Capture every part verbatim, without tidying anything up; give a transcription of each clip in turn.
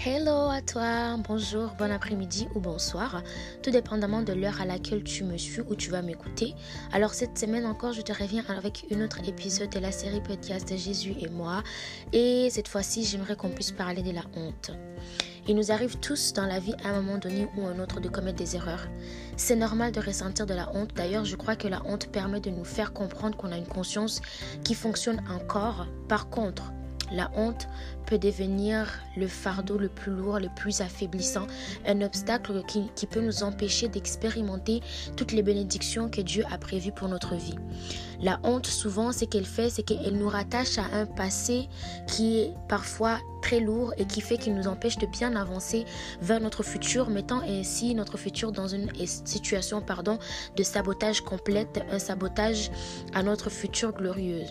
Hello à toi, bonjour, bon après-midi ou bonsoir, tout dépendamment de l'heure à laquelle tu me suis ou tu vas m'écouter. Alors cette semaine encore, je te reviens avec un autre épisode de la série podcast de Jésus et moi. Et cette fois-ci, j'aimerais qu'on puisse parler de la honte. Il nous arrive tous dans la vie à un moment donné ou un autre de commettre des erreurs. C'est normal de ressentir de la honte. D'ailleurs, je crois que la honte permet de nous faire comprendre qu'on a une conscience qui fonctionne encore. Par contre, la honte peut devenir le fardeau le plus lourd, le plus affaiblissant, un obstacle qui, qui peut nous empêcher d'expérimenter toutes les bénédictions que Dieu a prévues pour notre vie. La honte, souvent, ce qu'elle fait, c'est qu'elle nous rattache à un passé qui est parfois très lourd et qui fait qu'il nous empêche de bien avancer vers notre futur, mettant ainsi notre futur dans une situation pardon, de sabotage complète, un sabotage à notre futur glorieuse.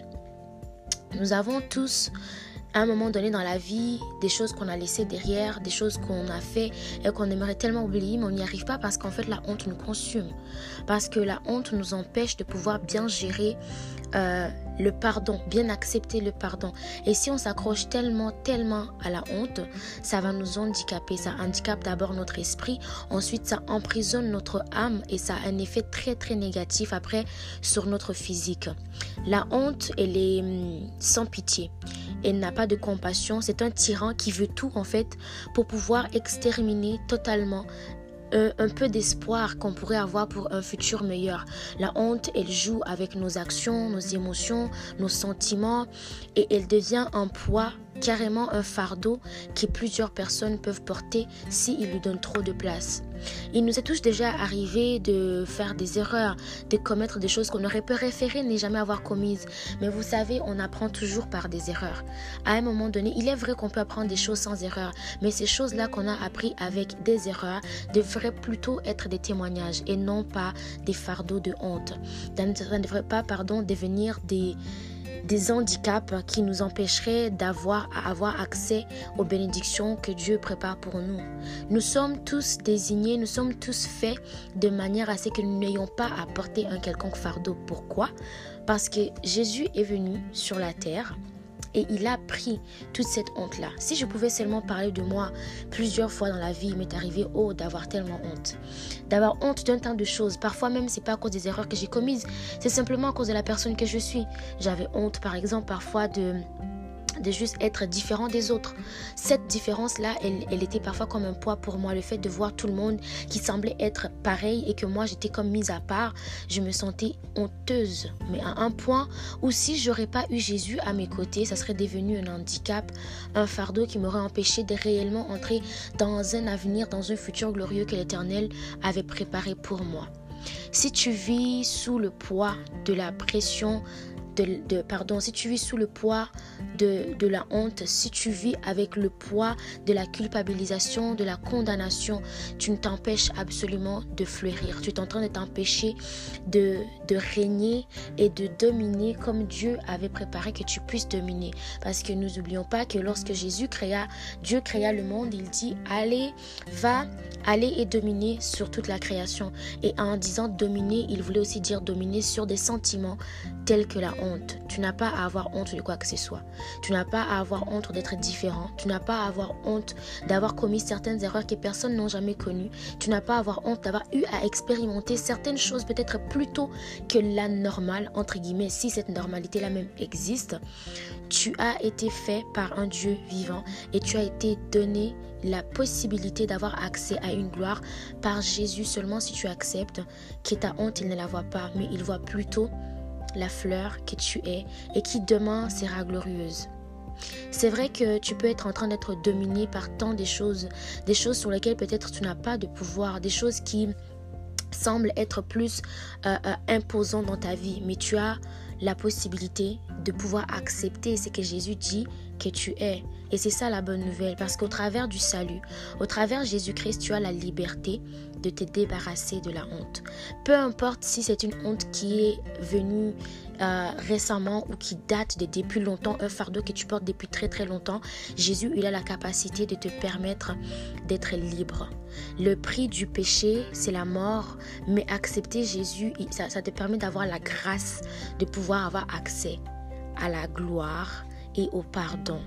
Nous avons tous, à un moment donné dans la vie, des choses qu'on a laissées derrière, des choses qu'on a fait et qu'on aimerait tellement oublier, mais on n'y arrive pas parce qu'en fait la honte nous consume. Parce que la honte nous empêche de pouvoir bien gérer euh, le pardon, bien accepter le pardon. Et si on s'accroche tellement, tellement à la honte, ça va nous handicaper. Ça handicape d'abord notre esprit, ensuite ça emprisonne notre âme et ça a un effet très, très négatif après sur notre physique. La honte, elle est hum, sans pitié. Elle n'a pas de compassion. C'est un tyran qui veut tout en fait pour pouvoir exterminer totalement un, un peu d'espoir qu'on pourrait avoir pour un futur meilleur. La honte, elle joue avec nos actions, nos émotions, nos sentiments et elle devient un poids, carrément un fardeau que plusieurs personnes peuvent porter s'ils lui donnent trop de place. Il nous est tous déjà arrivé de faire des erreurs, de commettre des choses qu'on aurait préféré ne jamais avoir commises. Mais vous savez, on apprend toujours par des erreurs. À un moment donné, il est vrai qu'on peut apprendre des choses sans erreur, mais ces choses-là qu'on a appris avec des erreurs devraient plutôt être des témoignages et non pas des fardeaux de honte. Ça ne devrait pas, pardon, devenir des des handicaps qui nous empêcheraient d'avoir à avoir accès aux bénédictions que Dieu prépare pour nous. Nous sommes tous désignés, nous sommes tous faits de manière à ce que nous n'ayons pas à porter un quelconque fardeau. Pourquoi? Parce que Jésus est venu sur la terre et il a pris toute cette honte-là. Si je pouvais seulement parler de moi, plusieurs fois dans la vie, il m'est arrivé oh, d'avoir tellement honte. D'avoir honte d'un tas de choses. Parfois même, c'est pas à cause des erreurs que j'ai commises. C'est simplement à cause de la personne que je suis. J'avais honte, par exemple, parfois de... de juste être différent des autres. Cette différence-là, elle, elle était parfois comme un poids pour moi. Le fait de voir tout le monde qui semblait être pareil et que moi, j'étais comme mise à part, je me sentais honteuse. Mais à un point où si j'aurais pas eu Jésus à mes côtés, ça serait devenu un handicap, un fardeau qui m'aurait empêché de réellement entrer dans un avenir, dans un futur glorieux que l'Éternel avait préparé pour moi. Si tu vis sous le poids de la pression, De, de, pardon, si tu vis sous le poids de, de la honte, si tu vis avec le poids de la culpabilisation, de la condamnation, tu ne t'empêches absolument de fleurir. Tu es en train de t'empêcher de, de régner et de dominer comme Dieu avait préparé que tu puisses dominer. Parce que nous n'oublions pas que lorsque Jésus créa, Dieu créa le monde, il dit « Allez, va, allez et dominer sur toute la création ». Et en disant dominer, il voulait aussi dire dominer sur des sentiments tels que la honte. Tu n'as pas à avoir honte de quoi que ce soit. Tu n'as pas à avoir honte d'être différent. Tu n'as pas à avoir honte d'avoir commis certaines erreurs que personne n'a jamais connues. Tu n'as pas à avoir honte d'avoir eu à expérimenter certaines choses peut-être plus tôt que la normale, entre guillemets, si cette normalité-là même existe. Tu as été fait par un Dieu vivant et tu as été donné la possibilité d'avoir accès à une gloire par Jésus seulement si tu acceptes que ta honte, il ne la voit pas, mais il voit plutôt la fleur que tu es et qui demain sera glorieuse. C'est vrai que tu peux être en train d'être dominé par tant de choses, des choses sur lesquelles peut-être tu n'as pas de pouvoir, des choses qui semblent être plus euh, euh, imposantes dans ta vie, mais tu as la possibilité de pouvoir accepter ce que Jésus dit que tu es. Et c'est ça la bonne nouvelle, parce qu'au travers du salut, au travers de Jésus-Christ, tu as la liberté de te débarrasser de la honte. Peu importe si c'est une honte qui est venue euh, récemment ou qui date de depuis longtemps, un fardeau que tu portes depuis très très longtemps, Jésus, il a la capacité de te permettre d'être libre. Le prix du péché, c'est la mort, mais accepter Jésus, ça, ça te permet d'avoir la grâce de pouvoir avoir accès à la gloire et au pardon.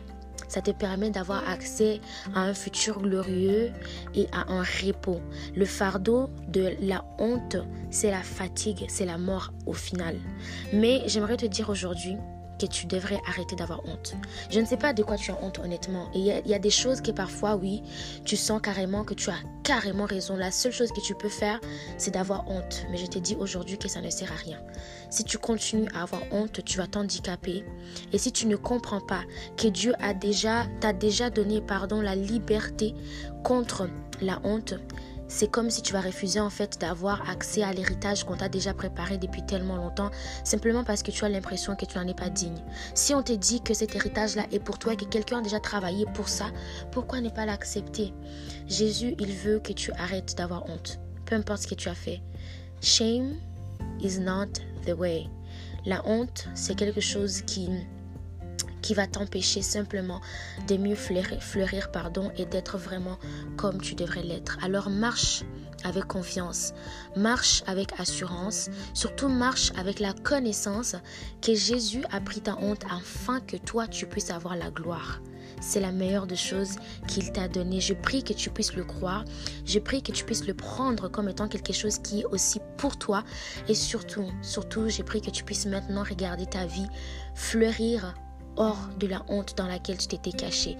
Ça te permet d'avoir accès à un futur glorieux et à un repos. Le fardeau de la honte, c'est la fatigue, c'est la mort au final. Mais j'aimerais te dire aujourd'hui que tu devrais arrêter d'avoir honte. Je ne sais pas de quoi tu as honte honnêtement. Et il y, y a des choses que parfois, oui, tu sens carrément que tu as carrément raison. La seule chose que tu peux faire, c'est d'avoir honte. Mais je te dis aujourd'hui que ça ne sert à rien. Si tu continues à avoir honte, tu vas t'handicaper. Et si tu ne comprends pas que Dieu a déjà, t'a déjà donné, pardon, la liberté contre la honte, c'est comme si tu vas refuser en fait d'avoir accès à l'héritage qu'on t'a déjà préparé depuis tellement longtemps, simplement parce que tu as l'impression que tu n'en es pas digne. Si on te dit que cet héritage-là est pour toi et que quelqu'un a déjà travaillé pour ça, pourquoi ne pas l'accepter? Jésus, il veut que tu arrêtes d'avoir honte, peu importe ce que tu as fait. Shame is not the way. La honte, c'est quelque chose qui... qui va t'empêcher simplement de mieux fleurir, fleurir pardon, et d'être vraiment comme tu devrais l'être. Alors marche avec confiance, marche avec assurance, surtout marche avec la connaissance que Jésus a pris ta honte afin que toi tu puisses avoir la gloire. C'est la meilleure des choses qu'il t'a donnée. Je prie que tu puisses le croire. Je prie que tu puisses le prendre comme étant quelque chose qui est aussi pour toi. Et surtout, surtout, je prie que tu puisses maintenant regarder ta vie fleurir hors de la honte dans laquelle tu t'étais caché,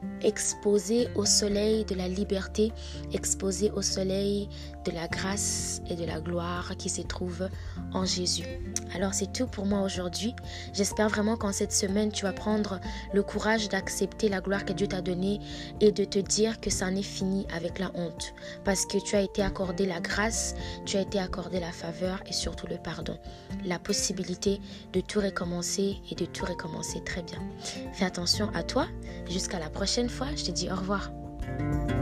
exposé au soleil de la liberté, exposé au soleil de la grâce et de la gloire qui se trouve en Jésus. Alors c'est tout pour moi aujourd'hui. J'espère vraiment qu'en cette semaine, tu vas prendre le courage d'accepter la gloire que Dieu t'a donnée et de te dire que ça en est fini avec la honte. Parce que tu as été accordé la grâce, tu as été accordé la faveur et surtout le pardon. La possibilité de tout recommencer et de tout recommencer très bien. Fais attention à toi. Jusqu'à la prochaine fois, je te dis au revoir.